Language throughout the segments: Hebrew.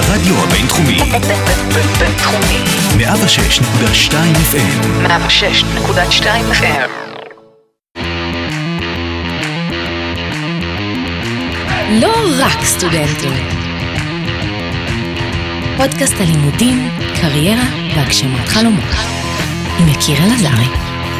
הרדיו הבינתחומי. בינתחומי. 106.2 FM. 106.2 FM. לא רק סטודנטים. פודקאסט הלימודים, קריירה והגשמת חלומות. עם יקיר אלעזרי.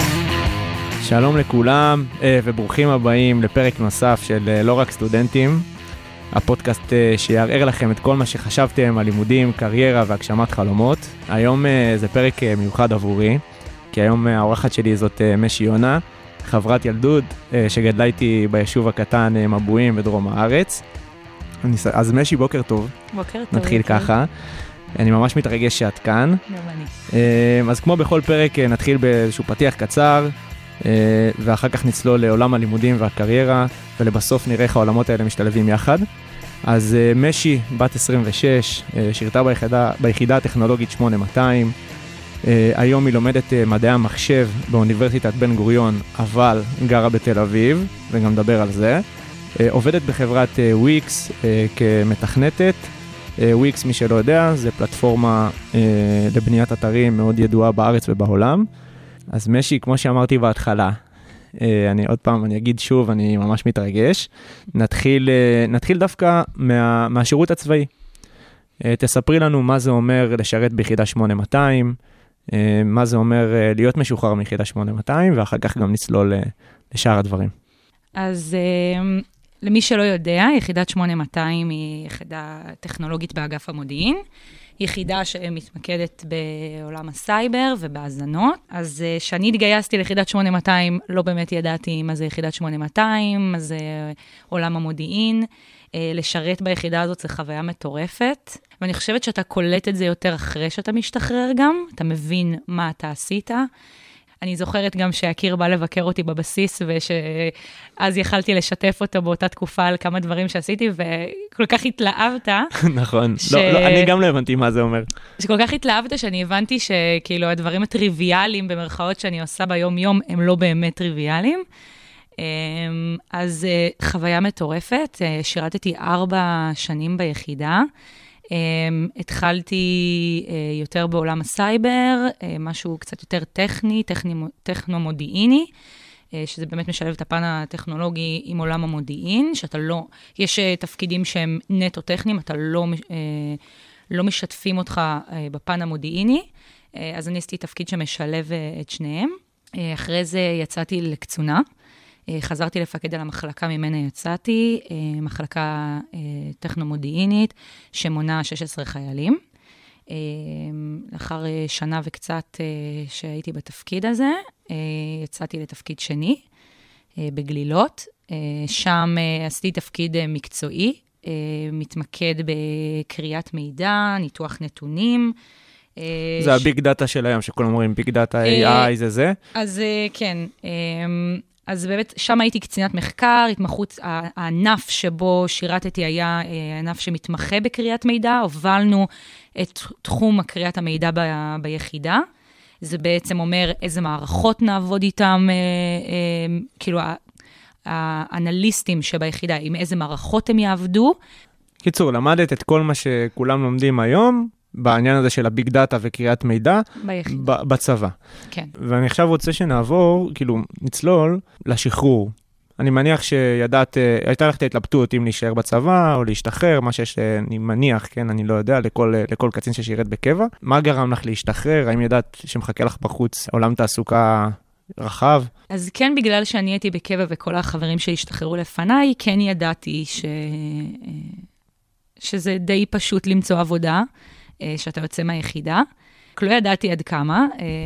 שלום לכולם וברוכים הבאים לפרק נוסף של לא רק סטודנטים. הפודקאסט שיערער לכם את כל מה שחשבתם על לימודים, קריירה והגשמת חלומות. היום זה פרק מיוחד עבורי, כי היום האורחת שלי זאת משי יונה, חברת ילדות שגדלה איתי ביישוב הקטן מבועים בדרום הארץ. אז משי, בוקר טוב. בוקר טוב. נתחיל ככה. אני ממש מתרגש שאת כאן. גם אני. אז כמו בכל פרק נתחיל באיזשהו פתיח קצר, ואחר כך נצלול לעולם הלימודים והקריירה, ולבסוף נראה איך העולמות האלה משתלבים יחד. אז משי, בת 26, שירתה ביחידה הטכנולוגית 8200, היום היא לומדת מדעי המחשב באוניברסיטת בן גוריון, אבל גרה בתל אביב, וגם נדבר על זה. עובדת בחברת וויקס כמתכנתת. וויקס, מי שלא יודע, זה פלטפורמה לבניית אתרים מאוד ידועה בארץ ובעולם. אז משי, כמו שאמרתי בהתחלה, אני אגיד שוב, אני ממש מתרגש. נתחיל דווקא מהשירות הצבאי. תספרי לנו מה זה אומר לשרת ביחידה 8200, מה זה אומר להיות משוחרר מיחידה 8200, ואחר כך גם נצלול לשאר הדברים. אז למי שלא יודע, יחידת 8200 היא יחידה טכנולוגית באגף המודיעין, יחידה שמתמקדת בעולם הסייבר ובהזנות. אז כשאני התגייסתי ליחידת 8200, לא באמת ידעתי מה זה יחידת 8200, מה זה עולם המודיעין. לשרת ביחידה הזאת זה חוויה מטורפת, ואני חושבת שאתה קולט את זה יותר אחרי שאתה משתחרר גם, אתה מבין מה אתה עשית. אני זוכרת גם שיקיר בא לבקר אותי בבסיס, ושאז יכלתי לשתף אותו באותה תקופה על כמה דברים שעשיתי, וכל כך התלהבת. נכון, לא, אני גם לא הבנתי מה זה אומר. שכל כך התלהבת שאני הבנתי שכאילו הדברים הטריוויאליים במרכאות שאני עושה ביום יום, הם לא באמת טריוויאליים. אז חוויה מטורפת, שירתתי 4 שנים ביחידה, התחלתי יותר בעולם הסייבר, משהו קצת יותר טכנו-מודיעיני, שזה באמת משלב את הפן הטכנולוגי עם עולם המודיעין, שאתה לא, יש תפקידים שהם נטו טכניים, אתה לא משתפים אותך בפן המודיעיני, אז אני עשיתי תפקיד שמשלב את שניהם. אחרי זה יצאתי לקצונה, חזרתי לפקד על המחלקה ממנה יצאתי, מחלקה טכנו-מודיעינית שמונה 16 חיילים. לאחר שנה וקצת שהייתי בתפקיד הזה, יצאתי לתפקיד שני בגלילות. שם עשיתי תפקיד מקצועי, מתמקד בקריאת מידע, ניתוח נתונים. זה הביג דאטה של היום, שכולם אומרים ביג דאטה, AI, זה? אז כן. אז באמת, שם הייתי קצינת מחקר, התמחות, הענף שבו שירתתי היה ענף שמתמחה בקריאת מידע, הובלנו את תחום הקריאת המידע ביחידה. זה בעצם אומר איזה מערכות נעבוד איתם, כאילו האנליסטים שביחידה, עם איזה מערכות הם יעבדו. קיצור, למדת את כל מה שכולם לומדים היום, בעניין הזה של הביג דאטה וקריאת מידע, בצבא. כן. ואני עכשיו רוצה שנעבור, כאילו, נצלול לשחרור. אני מניח שידעת, הייתה לך את ההתלבטות אם להישאר בצבא או להשתחרר, מה שיש, אני מניח, כן, אני לא יודע, לכל קצין ששירת בקבע. מה גרם לך להשתחרר? האם ידעת שמחכה לך בחוץ עולם תעסוקה רחב? אז כן, בגלל שאני הייתי בקבע וכל החברים שהשתחררו לפניי, כן ידעתי שזה די פשוט למצוא עבודה, שאתה יוצא מהיחידה. לא ידעתי עד כמה,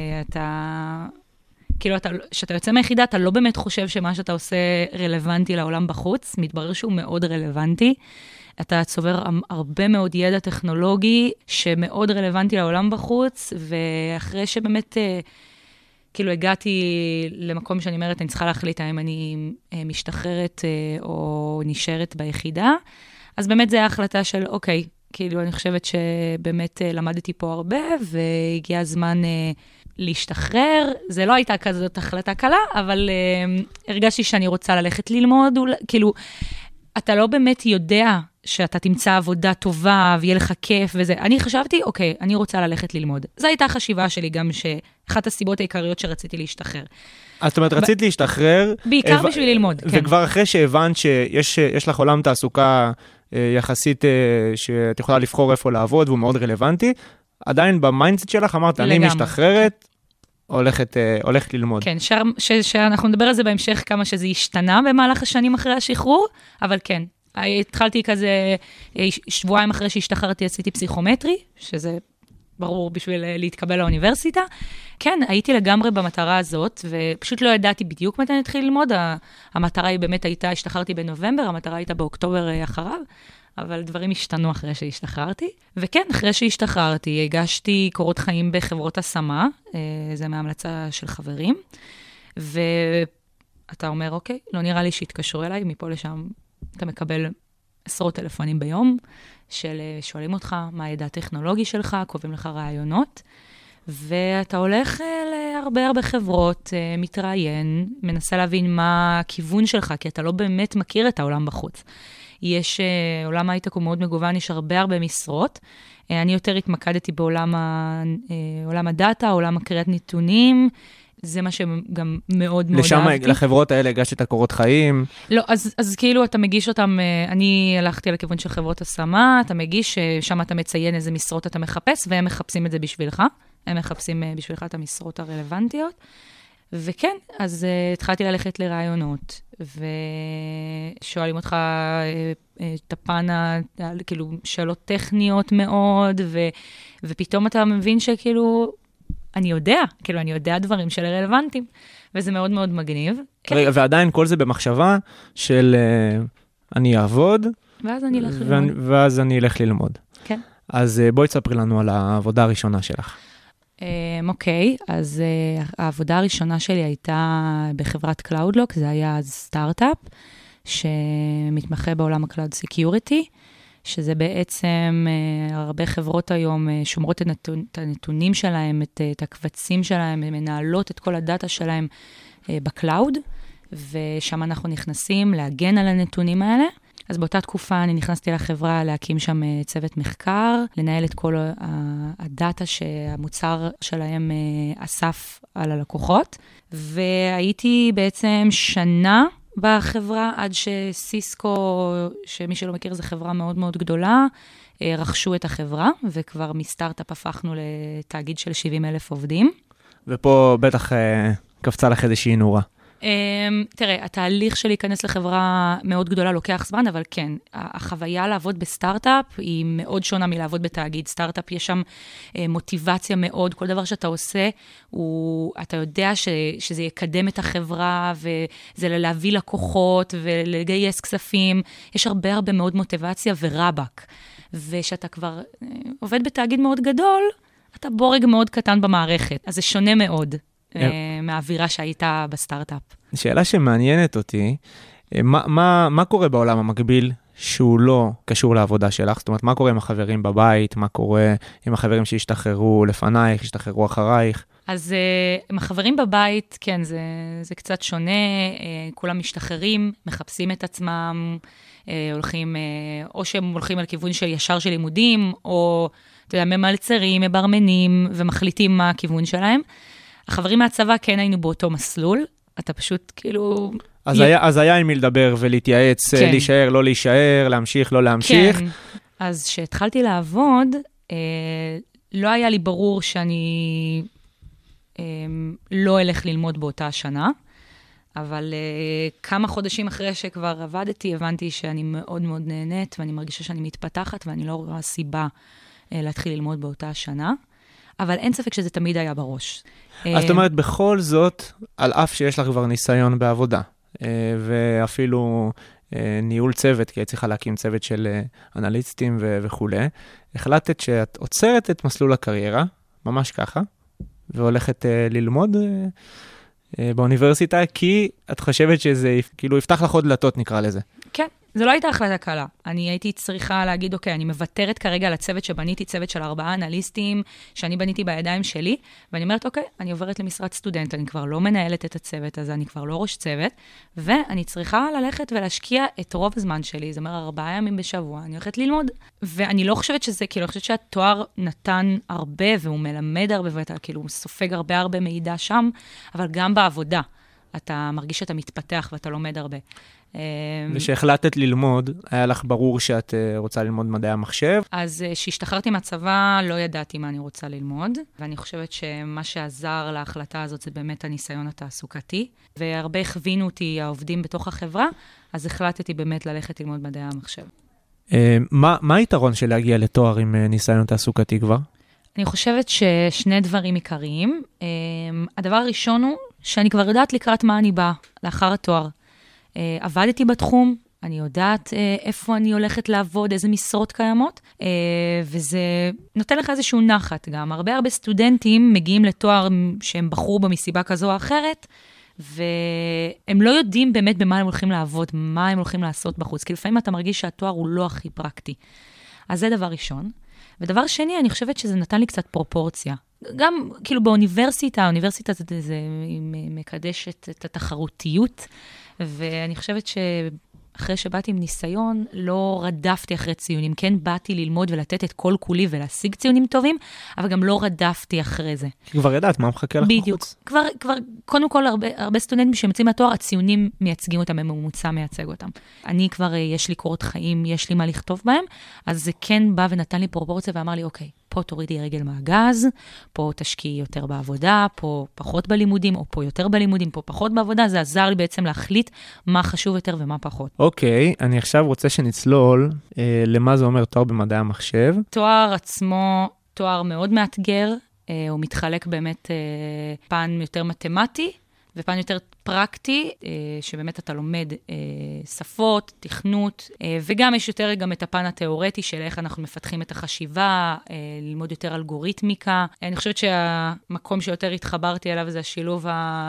שאתה יוצא מהיחידה, אתה לא באמת חושב שמה שאתה עושה רלוונטי לעולם בחוץ, מתברר שהוא מאוד רלוונטי. אתה צובר הרבה מאוד ידע טכנולוגי, שמאוד רלוונטי לעולם בחוץ, ואחרי שבאמת, כאילו הגעתי למקום שאני אומרת, אני צריכה להחליט האם אני משתחררת או נשארת ביחידה, אז באמת זה ההחלטה של, אוקיי, כאילו אני חושבת שבאמת למדתי פה הרבה, והגיע הזמן להשתחרר. זה לא הייתה כזאת החלטה קלה, אבל הרגשתי שאני רוצה ללכת ללמוד, כאילו, אתה לא באמת יודע שאתה תמצא עבודה טובה ויהיה לך כיף וזה. אני חשבתי, אוקיי, אני רוצה ללכת ללמוד. זו הייתה החשיבה שלי גם שאחת הסיבות העיקריות שרציתי להשתחרר. אז זאת אומרת, רצית להשתחרר. בעיקר בשביל ללמוד, כן. וכבר אחרי שהבנת שיש לך עולם תעסוקה יחסית שאת יכולה לבחור איפה לעבוד, והוא מאוד רלוונטי, עדיין במיינדסט שלך אמרת, אני משתחררת, הולכת ללמוד. כן, שאנחנו נדבר על זה בהמשך כמה שזה השתנה במהלך השנים אחרי השחרור, אבל כן, התחלתי כזה, שבועיים אחרי שהשתחררתי עשיתי פסיכומטרי, שזה ברור בשביל להתקבל לאוניברסיטה. כן, הייתי לגמרי במטרה הזאת, ופשוט לא ידעתי בדיוק מתי נתחיל ללמוד. המטרה היא באמת הייתה, השתחררתי בנובמבר, המטרה הייתה באוקטובר אחריו, אבל דברים השתנו אחרי שהשתחררתי. וכן, אחרי שהשתחררתי, הגשתי קורות חיים בחברות השמה, זה מההמלצה של חברים, ואתה אומר, אוקיי, לא נראה לי שהתקשרו אליי, מפה לשם אתה מקבל עשרות טלפונים ביום, שואלים אותך מה הידע הטכנולוגי שלך, קובעים לך רעיונות, ואתה הולך להרבה חברות, מתראיין, מנסה להבין מה הכיוון שלך, כי אתה לא באמת מכיר את העולם בחוץ. יש, עולם ההייטק הוא מאוד מגוון, יש הרבה משרות. אני יותר התמקדתי בעולם הדאטה, עולם הקריאת נתונים, זה מה שגם מאוד לשם, אהבתי. לחברות האלה הגשת את הקורות חיים? לא, אז כאילו אתה מגיש אותם, אני הלכתי לכיוון של חברות השמה, אתה מגיש, שם אתה מציין איזה משרות אתה מחפש, והם מחפשים את זה בשבילך. הם מחפשים בשבילך את המשרות הרלוונטיות. וכן, אז התחלתי ללכת לרעיונות, ושואלים אותך את הפן, כאילו, שאלות טכניות מאוד, ופתאום אתה מבין שכאילו, אני יודע דברים של רלוונטיים, וזה מאוד מאוד מגניב. רגע, ועדיין כל זה במחשבה של אני אעבוד, ואז אני אלך ללמוד. כן. אז בואי תספרי לנו על העבודה הראשונה שלך. אוקיי, אז העבודה הראשונה שלי הייתה בחברת קלאודלוק, זה היה סטארט-אפ, שמתמחה בעולם הקלאוד סקיוריטי, שזה בעצם הרבה חברות היום שומרות את הנתונים שלהם, את הקבצים שלהם, מנהלות את כל הדאטה שלהם בקלאוד, ושם אנחנו נכנסים להגן על הנתונים האלה. אז באותה תקופה אני נכנסתי לחברה להקים שם צוות מחקר, לנהל את כל הדאטה שהמוצר שלהם אסף על הלקוחות, והייתי בעצם שנה בחברה עד שסיסקו, שמי שלא מכיר זו חברה מאוד מאוד גדולה, רכשו את החברה, וכבר מסטארט-אפ הפכנו לתאגיד של 70,000 עובדים. ופה בטח קפצה לך איזושהי נורה. תראה, התהליך של להיכנס לחברה מאוד גדולה לוקח זמן, אבל כן, החוויה לעבוד בסטארט-אפ היא מאוד שונה מלעבוד בתאגיד. סטארט-אפ יש שם מוטיבציה מאוד, כל דבר שאתה עושה, אתה יודע שזה יקדם את החברה, וזה להביא לקוחות ולגייס כספים. יש הרבה מאוד מוטיבציה ורבק. ושאתה כבר עובד בתאגיד מאוד גדול, אתה בורג מאוד קטן במערכת. אז זה שונה מאוד. מהאווירה שהייתה בסטארט-אפ. שאלה שמעניינת אותי, מה קורה בעולם המקביל שהוא לא קשור לעבודה שלך? זאת אומרת, מה קורה עם החברים בבית? מה קורה עם החברים שהשתחררו לפנייך, השתחררו אחרייך? אז עם החברים בבית, כן, זה קצת שונה. כולם משתחררים, מחפשים את עצמם, הולכים, או שהם הולכים על כיוון של ישר של לימודים, או, אתה יודע, ממלצרים, מברמנים, ומחליטים מה הכיוון שלהם. החברים מהצבא כן היינו באותו מסלול, אתה פשוט כאילו... אז היה עם מי לדבר ולהתייעץ, כן. להישאר, לא להישאר, להמשיך, לא להמשיך. כן, אז כשהתחלתי לעבוד, לא היה לי ברור שאני לא אלך ללמוד באותה שנה, אבל כמה חודשים אחרי שכבר עבדתי, הבנתי שאני מאוד מאוד נהנית, ואני מרגישה שאני מתפתחת, ואני לא רואה סיבה להתחיל ללמוד באותה שנה. אבל אין ספק שזה תמיד היה בראש. אז זאת אומרת, בכל זאת, על אף שיש לך כבר ניסיון בעבודה, ואפילו ניהול צוות, כי היית צריכה להקים צוות של אנליסטים וכו', החלטת שאת עוצרת את מסלול הקריירה, ממש ככה, והולכת ללמוד באוניברסיטה, כי את חושבת שזה כאילו יפתח לך עוד דלתות, נקרא לזה. כן, זו לא הייתה החלטה קלה. אני הייתי צריכה להגיד, אוקיי, אני מוותרת כרגע על הצוות שבניתי, צוות של 4 אנליסטים, שאני בניתי בידיים שלי, ואני אומרת, אוקיי, אני עוברת למשרת סטודנט, אני כבר לא מנהלת את הצוות הזה, אני כבר לא ראש צוות, ואני צריכה ללכת ולהשקיע את רוב הזמן שלי, זאת אומרת, 4 ימים בשבוע, אני הולכת ללמוד. ואני לא חושבת שזה, כאילו, אני חושבת שהתואר נתן הרבה, והוא מלמד הרבה, ואתה כאילו סופג הרבה מידע שם, אבל גם בעבודה. אתה מרגיש שאתה מתפתח ואתה לומד הרבה. ושהחלטת ללמוד, היה לך ברור שאת רוצה ללמוד מדעי המחשב? אז כשהשתחררתי מהצבא, לא ידעתי מה אני רוצה ללמוד, ואני חושבת שמה שעזר להחלטה הזאת זה באמת הניסיון התעסוקתי, והרבה הכווינו אותי העובדים בתוך החברה, אז החלטתי באמת ללכת ללמוד מדעי המחשב. מה היתרון של להגיע לתואר עם ניסיון תעסוקתי כבר? אני חושבת ששני דברים עיקריים. הדבר הראשון הוא שאני כבר יודעת לקראת מה אני באה לאחר התואר. עבדתי בתחום, אני יודעת איפה אני הולכת לעבוד, איזה משרות קיימות, וזה נותן לך איזשהו נחת גם. הרבה סטודנטים מגיעים לתואר שהם בחרו בו מסיבה כזו או אחרת, והם לא יודעים באמת במה הם הולכים לעבוד, מה הם הולכים לעשות בחוץ, כי לפעמים אתה מרגיש שהתואר הוא לא הכי פרקטי. אז זה דבר ראשון. ודבר שני, אני חושבת שזה נתן לי קצת פרופורציה. גם כאילו באוניברסיטה, האוניברסיטה זה מקדשת את התחרותיות, ואני חושבת שאחרי שבאתי עם ניסיון, לא רדפתי אחרי ציונים. כן, באתי ללמוד ולתת את כל כולי ולהשיג ציונים טובים, אבל גם לא רדפתי אחרי זה. כבר ידעת מה מחכה לך בחוץ. בדיוק. כבר, קודם כל, הרבה סטודנטים שיוצאים מהתואר, הציונים מייצגים אותם, הממוצע מייצג אותם. אני כבר, יש לי קורות חיים, יש לי מה לכתוב בהם, אז זה כן בא ונתן לי פרופורציה ואמר לי, אוקיי, פה תורידי רגל מהגז, פה תשקיעי יותר בעבודה, פה פחות בלימודים, או פה יותר בלימודים, פה פחות בעבודה. זה עזר לי בעצם להחליט מה חשוב יותר ומה פחות. אוקיי, אני עכשיו רוצה שנצלול למה זה אומר תואר במדעי המחשב. תואר עצמו, תואר מאוד מאתגר, הוא מתחלק באמת פן יותר מתמטי, ופן יותר פרקטי, שבאמת אתה לומד שפות, תכנות, וגם יש יותר גם את הפן התיאורטי של איך אנחנו מפתחים את החשיבה, ללמוד יותר אלגוריתמיקה. אני חושבת שהמקום שיותר התחברתי אליו זה השילוב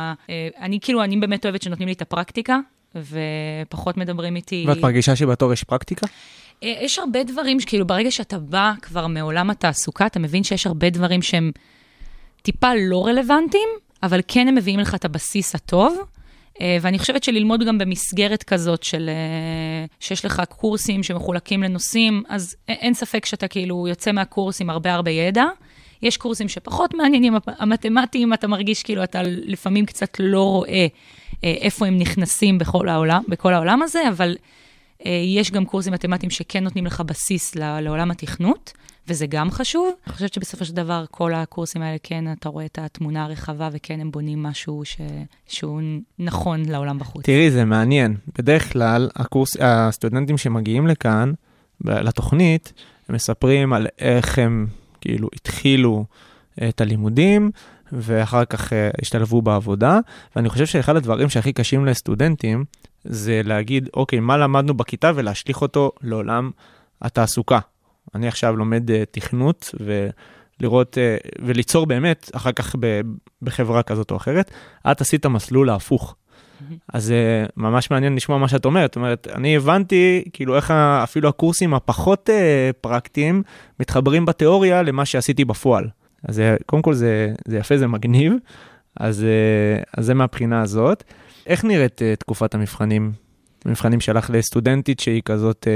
אני באמת אוהבת שנותנים לי את הפרקטיקה, ופחות מדברים איתי. ואת מרגישה שבתואר יש פרקטיקה? יש הרבה דברים שכאילו ברגע שאתה בא כבר מעולם התעסוקה, אתה מבין שיש הרבה דברים שהם טיפה לא רלוונטיים, אבל כן הם מביאים לך את הבסיס הטוב, ואני חושבת שללמוד גם במסגרת כזאת שיש לך קורסים שמחולקים לנושאים, אז אין ספק שאתה כאילו יוצא מהקורס עם הרבה ידע. יש קורסים שפחות מעניינים, המתמטיים אתה מרגיש כאילו אתה לפעמים קצת לא רואה איפה הם נכנסים בכל העולם הזה, אבל יש גם קורסים מתמטיים שכן נותנים לך בסיס לעולם התכנות, וזה גם חשוב. אני חושבת שבסופו של דבר, כל הקורסים האלה כן, אתה רואה את התמונה הרחבה, וכן הם בונים משהו שהוא נכון לעולם בחוץ. תראי, זה מעניין. בדרך כלל, הסטודנטים שמגיעים לכאן, לתוכנית, הם מספרים על איך הם כאילו התחילו את הלימודים, ואחר כך השתלבו בעבודה, ואני חושב שאחד הדברים שהכי קשים לסטודנטים, זה להגיד, אוקיי, מה למדנו בכיתה, ולהשליך אותו לעולם התעסוקה. אני עכשיו לומד תכנות, ולראות, וליצור באמת, אחר כך בחברה כזאת או אחרת, את עשית המסלול ההפוך. אז זה ממש מעניין לשמוע מה שאת אומרת. זאת אומרת, אני הבנתי, כאילו, איך אפילו הקורסים הפחות פרקטיים, מתחברים בתיאוריה למה שעשיתי בפועל. אז קודם כל זה יפה, זה מגניב, אז זה מהבחינה הזאת. איך נראית תקופת המבחנים? המבחנים שלך לסטודנטית שהיא כזאת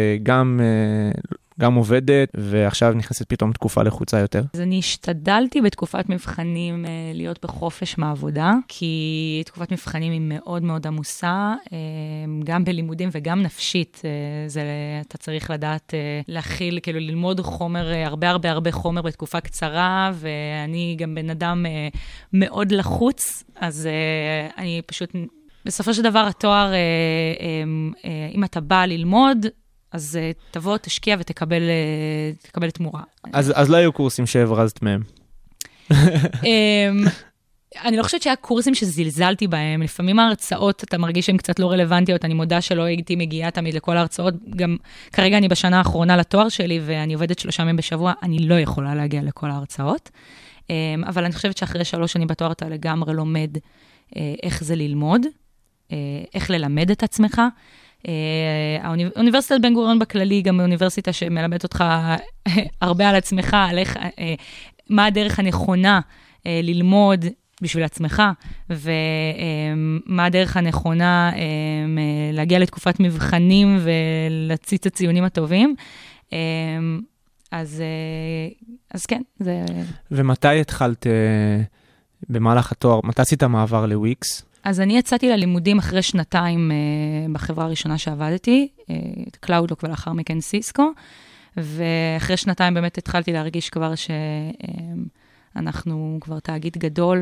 גם עובדת, ועכשיו נכנסת פתאום תקופה לחוצה יותר? אז אני השתדלתי בתקופת מבחנים להיות בחופש מהעבודה, כי תקופת מבחנים היא מאוד מאוד עמוסה, גם בלימודים וגם נפשית. אתה צריך לדעת להכיל, כאילו ללמוד חומר, הרבה חומר בתקופה קצרה, ואני גם בן אדם מאוד לחוץ, אז אני פשוט, בסופו של דבר התואר, אם אתה בא ללמוד, אז תבוא, תשקיע ותקבל תמורה. אז לא היו קורסים שהברזת מהם. אני לא חושבת שהיה קורסים שזלזלתי בהם. לפעמים ההרצאות, אתה מרגיש שהן קצת לא רלוונטיות. אני מודה שלא הייתי מגיעה תמיד לכל ההרצאות. גם כרגע אני בשנה האחרונה לתואר שלי, ואני עובדת 3 ימים בשבוע, אני לא יכולה להגיע לכל ההרצאות. אבל אני חושבת שאחרי 3 שנים בתואר אתה לגמרי לומד איך זה ללמוד, איך ללמד את עצמך, האוניברסיטת בן גוריון בכללי, גם אוניברסיטה שמלמדת אותך הרבה על עצמך, על איך, מה הדרך הנכונה ללמוד בשביל עצמך, ומה הדרך הנכונה להגיע לתקופת מבחנים ולהציץ את הציונים הטובים. אז כן, זה... ומתי התחלת במהלך התואר, מתי עשית מעבר לוויקס? אז אני יצאתי ללימודים אחרי 2 בחברה הראשונה שעבדתי, קלאודלוק ולאחר מכן סיסקו, ואחרי 2 באמת התחלתי להרגיש כבר שאנחנו כבר תאגיד גדול,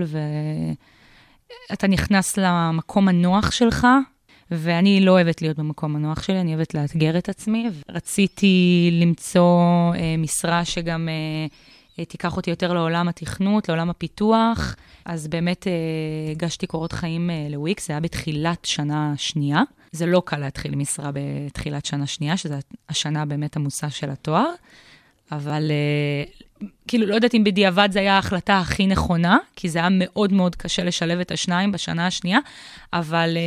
ואתה נכנס למקום הנוח שלך, ואני לא אוהבת להיות במקום הנוח שלי, אני אוהבת לאתגר את עצמי. רציתי למצוא משרה שגם תיקח אותי יותר לעולם התכנות, לעולם הפיתוח, אז באמת הגשתי קורות חיים לוויקס, זה היה בתחילת שנה שנייה. זה לא קל להתחיל משרה בתחילת שנה שנייה, שזו השנה באמת המושא של התואר, אבל כאילו לא יודעת אם בדיעבד זה היה ההחלטה הכי נכונה, כי זה היה מאוד מאוד קשה לשלב את השניים בשנה השנייה, אבל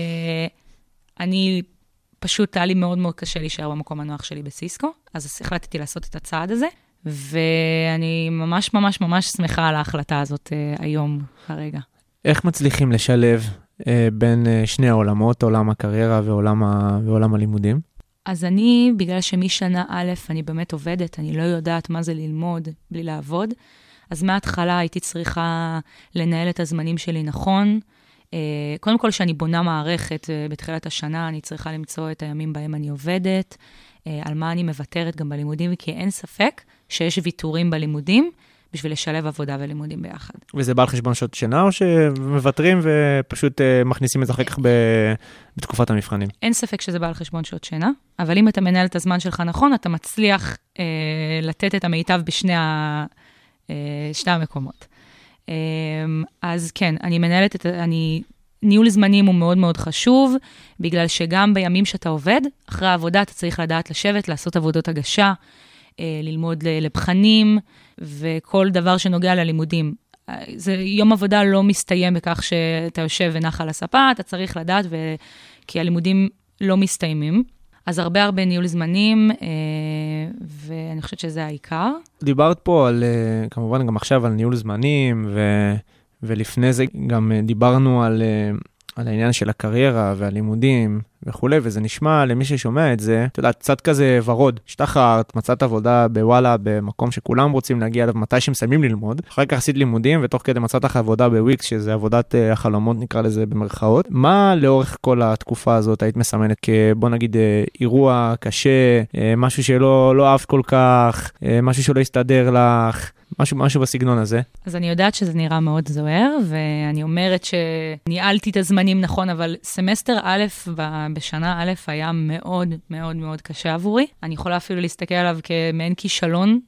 אני פשוט היה לי מאוד מאוד קשה להישאר במקום הנוח שלי בסיסקו, אז החלטתי לעשות את הצעד הזה, ואני ממש ממש ממש שמחה על ההחלטה הזאת היום, כרגע. איך מצליחים לשלב בין שני העולמות, עולם הקריירה ועולם הלימודים? אז אני, בגלל שמשנה א', אני באמת עובדת, אני לא יודעת מה זה ללמוד בלי לעבוד, אז מההתחלה הייתי צריכה לנהל את הזמנים שלי נכון. קודם כל, שאני בונה מערכת בתחילת השנה, אני צריכה למצוא את הימים בהם אני עובדת, על מה אני מוותרת גם בלימודים, כי אין ספק שיש ויתורים בלימודים, בשביל לשלב עבודה ולימודים ביחד. וזה בא על חשבון שעות שינה, או שמוותרים ופשוט מכניסים את זה אחר כך בתקופת המבחנים? אין ספק שזה בא על חשבון שעות שינה, אבל אם אתה מנהל את הזמן שלך נכון, אתה מצליח לתת את המיטב בשני המקומות. אז כן, אני מנהלת ניהול זמנים הוא מאוד מאוד חשוב, בגלל שגם בימים שאתה עובד, אחרי העבודה אתה צריך לדעת לשבת, לעשות עבודות הגשה, ללמוד לבחנים, וכל דבר שנוגע ללימודים. יום עבודה לא מסתיים בכך שאתה יושב ונח על הספה, אתה צריך לדעת, כי הלימודים לא מסתיימים. אז הרבה ניהול זמנים, ואני חושבת שזה העיקר. דיברת פה על, כמובן גם עכשיו על ניהול זמנים, ולפני זה גם דיברנו על העניין של הקריירה והלימודים וכו', וזה נשמע למי ששומע את זה, אתה יודע, קצת כזה ורוד, השתחררת, מצאת עבודה בוואלה, במקום שכולם רוצים להגיע אליו מתי שמסיימים ללמוד, אחר כך עשית לימודים, ותוך כדי מצאת לך עבודה בוויקס, שזה עבודת החלומות נקרא לזה במרכאות. מה לאורך כל התקופה הזאת היית מסמנת כבוא נגיד אירוע קשה, משהו שלא אהבת כל כך, משהו שלא יסתדר לך, משהו בסגנון הזה? אז אני יודעת שזה נראה מאוד זוהר, ואני אומרת שניהלתי את הזמנים נכון, אבל סמסטר א' בשנה א' היה מאוד מאוד מאוד קשה עבורי. אני יכולה אפילו להסתכל עליו כמעין כישלון.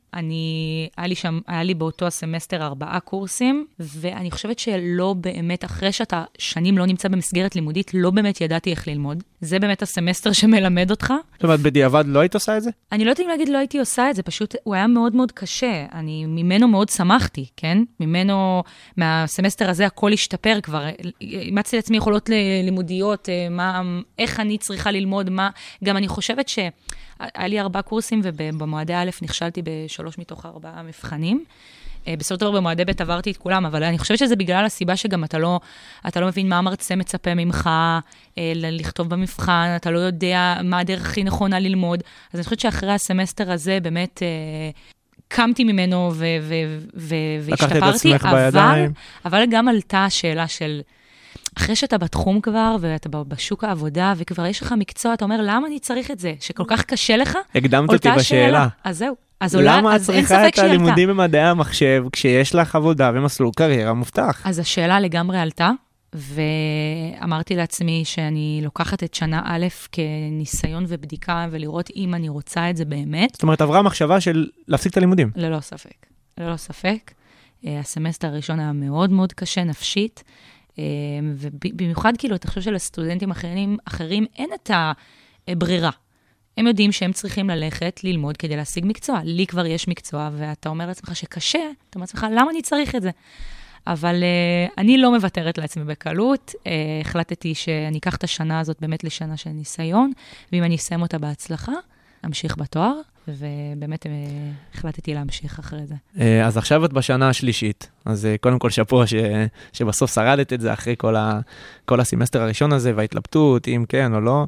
היה לי באותו הסמסטר 4 קורסים, ואני חושבת שלא באמת, אחרי שאתה שנים לא נמצא במסגרת לימודית, לא באמת ידעתי איך ללמוד. זה באמת הסמסטר שמלמד אותך. זאת אומרת, בדיעבד לא היית עושה את זה? אני לא יודעת אם להגיד לא הייתי עושה את זה, פשוט הוא היה מאוד מאוד קשה. אני ממנו מאוד שמחתי, כן? מהסמסטר הזה הכל השתפר כבר. אימצתי לעצמי יכולות לימודיות, איך אני צריכה ללמוד, גם אני חושבת היה לי 4 קורסים, ובמועדי א' נכשלתי ב3 מתוך 4 מבחנים. בסופו של דבר במועדי ב' עברתי את כולם, אבל אני חושבת שזה בגלל הסיבה שגם אתה לא מבין מה המרצה מצפה ממך לכתוב במבחן, אתה לא יודע מה הדרך הכי נכונה ללמוד. אז אני חושבת שאחרי הסמסטר הזה באמת קמתי ממנו והשתפרתי, אבל גם עלתה השאלה של אחרי שאתה בתחום כבר, ואתה בשוק העבודה, וכבר יש לך מקצוע, אתה אומר, למה אני צריך את זה? שכל כך קשה לך? הקדמת אותי בשאלה. אז זהו. למה את צריכה את הלימודים במדעי המחשב, כשיש לך עבודה ומסלול קריירה מובטח? אז השאלה לגמרי עלתה, ואמרתי לעצמי שאני לוקחת את שנה א' כניסיון ובדיקה, ולראות אם אני רוצה את זה באמת. זאת אומרת, עברה מחשבה של להפסיק את הלימודים? ללא ספק. ללא ספק. הסמסטר הראשון היה מאוד מאוד קשה נפשית, ובמיוחד כאילו, אתה חושב שלסטודנטים אחרים אין את הברירה. הם יודעים שהם צריכים ללכת, ללמוד כדי להשיג מקצוע. לי כבר יש מקצוע, ואתה אומר לעצמך שקשה, אתה אומר לעצמך, למה אני צריך את זה? אבל אני לא מוותרת לעצמי בקלות. החלטתי שאני אקח את השנה הזאת באמת לשנה של ניסיון, ואם אני אסיים אותה בהצלחה, אמשיך בתואר, ובאמת החלטתי להמשיך אחרי זה. אז עכשיו את בשנה השלישית, אז קודם כל שפו שבסוף שרדת את זה אחרי כל הסמסטר הראשון הזה, וההתלבטות, אם כן או לא,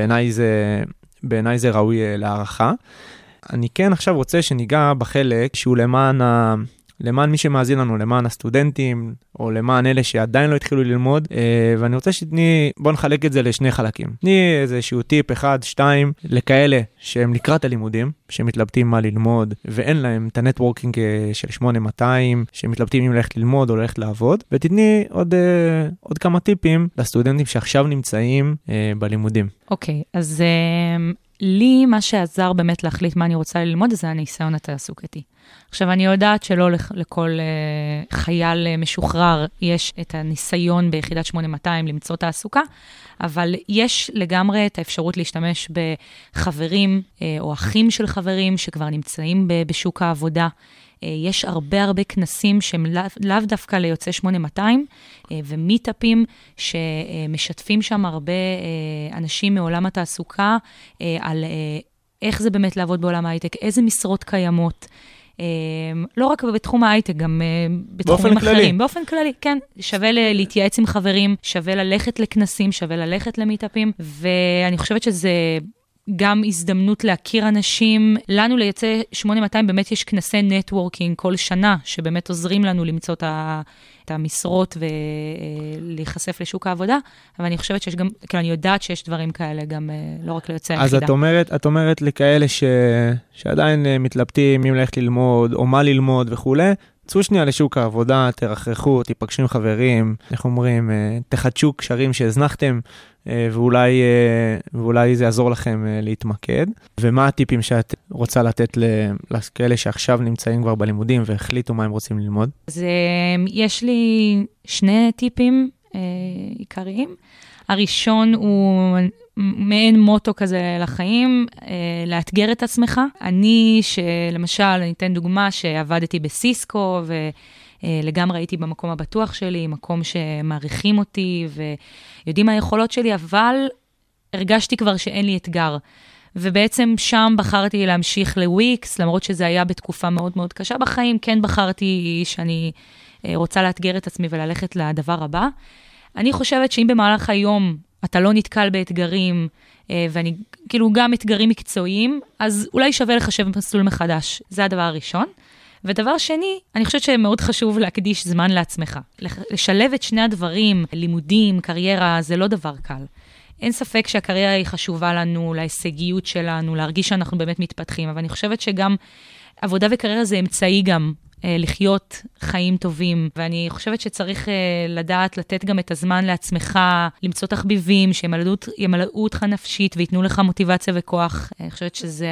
בעיניי זה ראוי להערכה. אני כן עכשיו רוצה שניגע בחלק שהוא למען מי שמאזין לנו, למען הסטודנטים, או למען אלה שעדיין לא התחילו ללמוד, ואני רוצה בוא נחלק את זה לשני חלקים. תני איזשהו טיפ 1, 2, לכאלה שהם לקראת הלימודים, שמתלבטים מה ללמוד, ואין להם את הנטוורקינג של 8200, שמתלבטים אם ללכת ללמוד או ללכת לעבוד, ותתני עוד כמה טיפים לסטודנטים שעכשיו נמצאים בלימודים. אוקיי, אז לי מה שעזר באמת להחליט מה אני רוצה ללמוד, זה הניסיון התעסוקתי. עכשיו, אני יודעת שלא לכל חייל משוחרר יש את הניסיון ביחידת 8200 למצוא תעסוקה, אבל יש לגמרי את האפשרות להשתמש בחברים או אחים של חברים שכבר נמצאים בשוק העבודה. יש הרבה כנסים שהם לאו דווקא ליוצא 8200, ומיטאפים שמשתפים שם הרבה אנשים מעולם התעסוקה, על איך זה באמת לעבוד בעולם ההייטק, איזה משרות קיימות, לא רק בתחום ההייטק, גם בתחומים אחרים. באופן כללי, כן. שווה להתייעץ עם חברים, שווה ללכת לכנסים, שווה ללכת למיטאפים, ואני חושבת שזה גם הזדמנות להכיר אנשים. לנו ליוצא 8200 באמת יש כנסי נטוורקינג כל שנה, שבאמת עוזרים לנו למצוא את המשרות ולהיחשף לשוק העבודה, אבל אני חושבת שיש גם, כאילו אני יודעת שיש דברים כאלה גם לא רק ליוצא היחידה. אז את אומרת לכאלה שעדיין מתלבטים אם ללכת ללמוד או מה ללמוד וכו', צאו שנייה לשוק העבודה, תרחחו, תיפגשו עם חברים, איך אומרים, תחדשו קשרים שהזנחתם, ואולי זה יעזור לכם להתמקד. ומה הטיפים שאת רוצה לתת לכאלה שעכשיו נמצאים כבר בלימודים והחליטו מה הם רוצים ללמוד? אז יש לי שני טיפים עיקריים. הראשון הוא מעין מוטו כזה לחיים, לאתגר את עצמך. אני שלמשל, אני אתן דוגמה שעבדתי בסיסקו, ולגמרי הייתי במקום הבטוח שלי, מקום שמעריכים אותי, ויודעים מה היכולות שלי, אבל הרגשתי כבר שאין לי אתגר. ובעצם שם בחרתי להמשיך לוויקס, למרות שזה היה בתקופה מאוד מאוד קשה בחיים, כן בחרתי שאני רוצה לאתגר את עצמי וללכת לדבר הבא. אני חושבת שאם במהלך היום אתה לא נתקל באתגרים, ואני כאילו גם אתגרים מקצועיים, אז אולי שווה לחשב מסלול מחדש. זה הדבר הראשון. ודבר שני, אני חושבת שמאוד חשוב להקדיש זמן לעצמך. לשלב את שני הדברים, לימודים, קריירה, זה לא דבר קל. אין ספק שהקריירה היא חשובה לנו, להישגיות שלנו, להרגיש שאנחנו באמת מתפתחים, אבל אני חושבת שגם עבודה וקריירה זה אמצעי גם לחיות חיים טובים, ואני חושבת שצריך לדעת לתת גם את הזמן לעצמך, למצוא תחביבים שימלאו אותך נפשית ויתנו לך מוטיבציה וכוח. אני חושבת שזה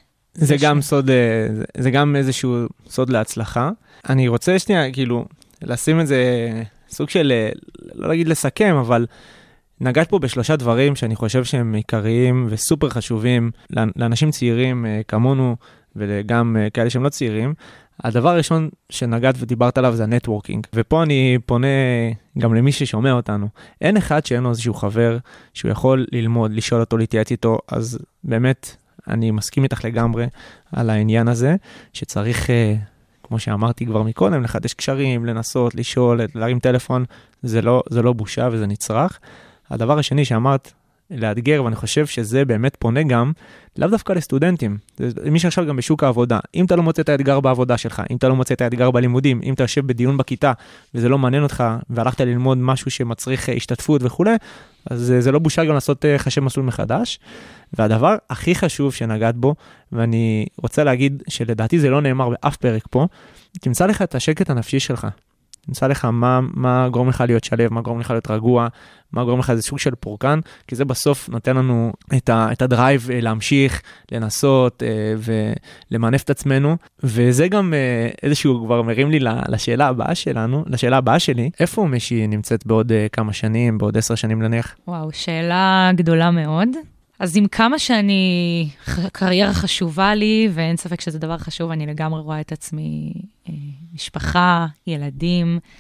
זה גם סוד, זה גם איזשהו סוד להצלחה. אני רוצה שנייה, כאילו, לשים את זה סוג של, לא להגיד לסכם, אבל נגעת פה בשלושה דברים שאני חושב שהם עיקריים וסופר חשובים לאנשים צעירים כמונו, וגם כאלה שהם לא צעירים. הדבר הראשון שנגעת ודיברת עליו זה הנטוורקינג. ופה אני פונה גם למי ששומע אותנו. אין אחד שאין לו איזשהו חבר שהוא יכול ללמוד, לשאול אותו, להתייעץ איתו, אז באמת אני מסכים איתך לגמרי על העניין הזה, שצריך, כמו שאמרתי כבר מקודם, לחדש קשרים, לנסות, לשאול, להרים טלפון, זה לא בושה וזה נצרך. הדבר השני שאמרת, לאתגר, ואני חושב שזה באמת פונה גם, לאו דווקא לסטודנטים, מי שעכשיו גם בשוק העבודה, אם אתה לא מוצא את האתגר בעבודה שלך, אם אתה לא מוצא את האתגר בלימודים, אם אתה יושב בדיון בכיתה, וזה לא מעניין אותך, והלכת ללמוד משהו שמצריך השתתפות וכו', אז זה לא בושה גם לעשות חשב מסלול מחדש, והדבר הכי חשוב שנגעת בו, ואני רוצה להגיד שלדעתי זה לא נאמר באף פרק פה, תמצא לך את השקט הנפשי שלך, נמצא לך מה גורם לך להיות שלב, מה גורם לך להיות רגוע, מה גורם לך איזה סוג של פורקן, כי זה בסוף נותן לנו את הדרייב להמשיך, לנסות ולמנף את עצמנו, וזה גם איזשהו כבר מרים לי לשאלה הבאה שלנו, לשאלה הבאה שלי, איפה משי נמצאת בעוד כמה שנים, בעוד 10 שנים נניח? וואו, שאלה גדולה מאוד. אז עם כמה שאני, קריירה חשובה לי, ואין ספק שזה דבר חשוב, אני לגמרי רואה את עצמי משפחה, ילדים,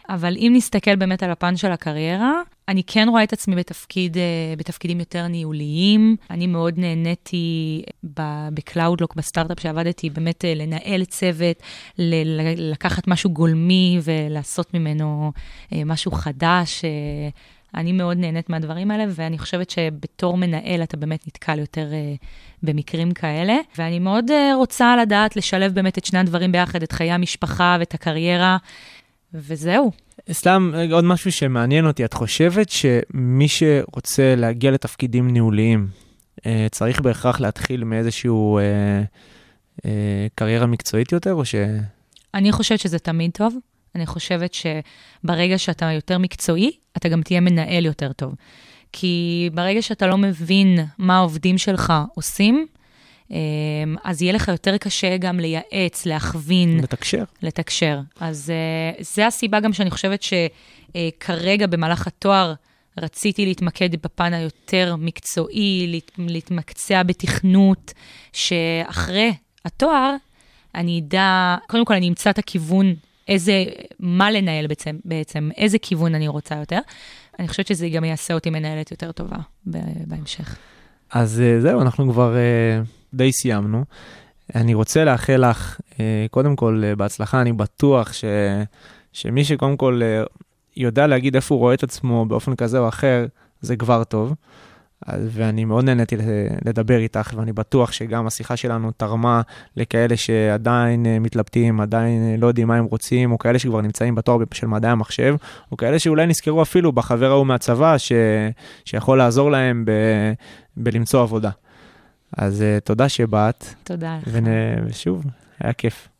אבל אם נסתכל באמת על הפן של הקריירה, אני כן רואה את עצמי בתפקידים יותר ניהוליים. אני מאוד נהניתי בקלאודלוק, בסטארט-אפ שעבדתי, באמת לנהל צוות, לקחת משהו גולמי ולעשות ממנו משהו חדש. אני מאוד נהנית מהדברים האלה, ואני חושבת שבתור מנהל אתה באמת נתקל יותר במקרים כאלה. ואני מאוד רוצה לדעת לשלב באמת את שני הדברים ביחד, את חיי המשפחה ואת הקריירה, וזהו. סתם, עוד משהו שמעניין אותי, את חושבת שמי שרוצה להגיע לתפקידים ניהוליים, צריך בהכרח להתחיל מאיזשהו קריירה מקצועית יותר, או ש... אני חושבת שזה תמיד טוב. אני חושבת שברגע שאתה יותר מקצועי, אתה גם תהיה מנהל יותר טוב. כי ברגע שאתה לא מבין מה העובדים שלך עושים, אז יהיה לך יותר קשה גם לייעץ, להכווין. לתקשר. אז זה הסיבה גם שאני חושבת שכרגע במהלך התואר רציתי להתמקד בפן היותר מקצועי, להתמקצע בתכנות, שאחרי התואר אני אדע, קודם כל אני אמצא את הכיוון, מה לנהל בעצם, איזה כיוון אני רוצה יותר. אני חושבת שזה גם יעשה אותי מנהלת יותר טובה בהמשך. אז זהו, אנחנו כבר די סיימנו. אני רוצה לאחל לך, קודם כל בהצלחה, אני בטוח שמי שקודם כל יודע להגיד איפה הוא רואה את עצמו באופן כזה או אחר, זה כבר טוב. ואני מאוד נהניתי לדבר איתך, ואני בטוח שגם השיחה שלנו תרמה לכאלה שעדיין מתלבטים, עדיין לא יודעים מה הם רוצים, או כאלה שכבר נמצאים בתואר של מדעי המחשב, או כאלה שאולי נזכרו אפילו בחבר ההוא מהצבא, שיכול לעזור להם בלמצוא עבודה. אז תודה שבאת. תודה לך. ושוב, היה כיף.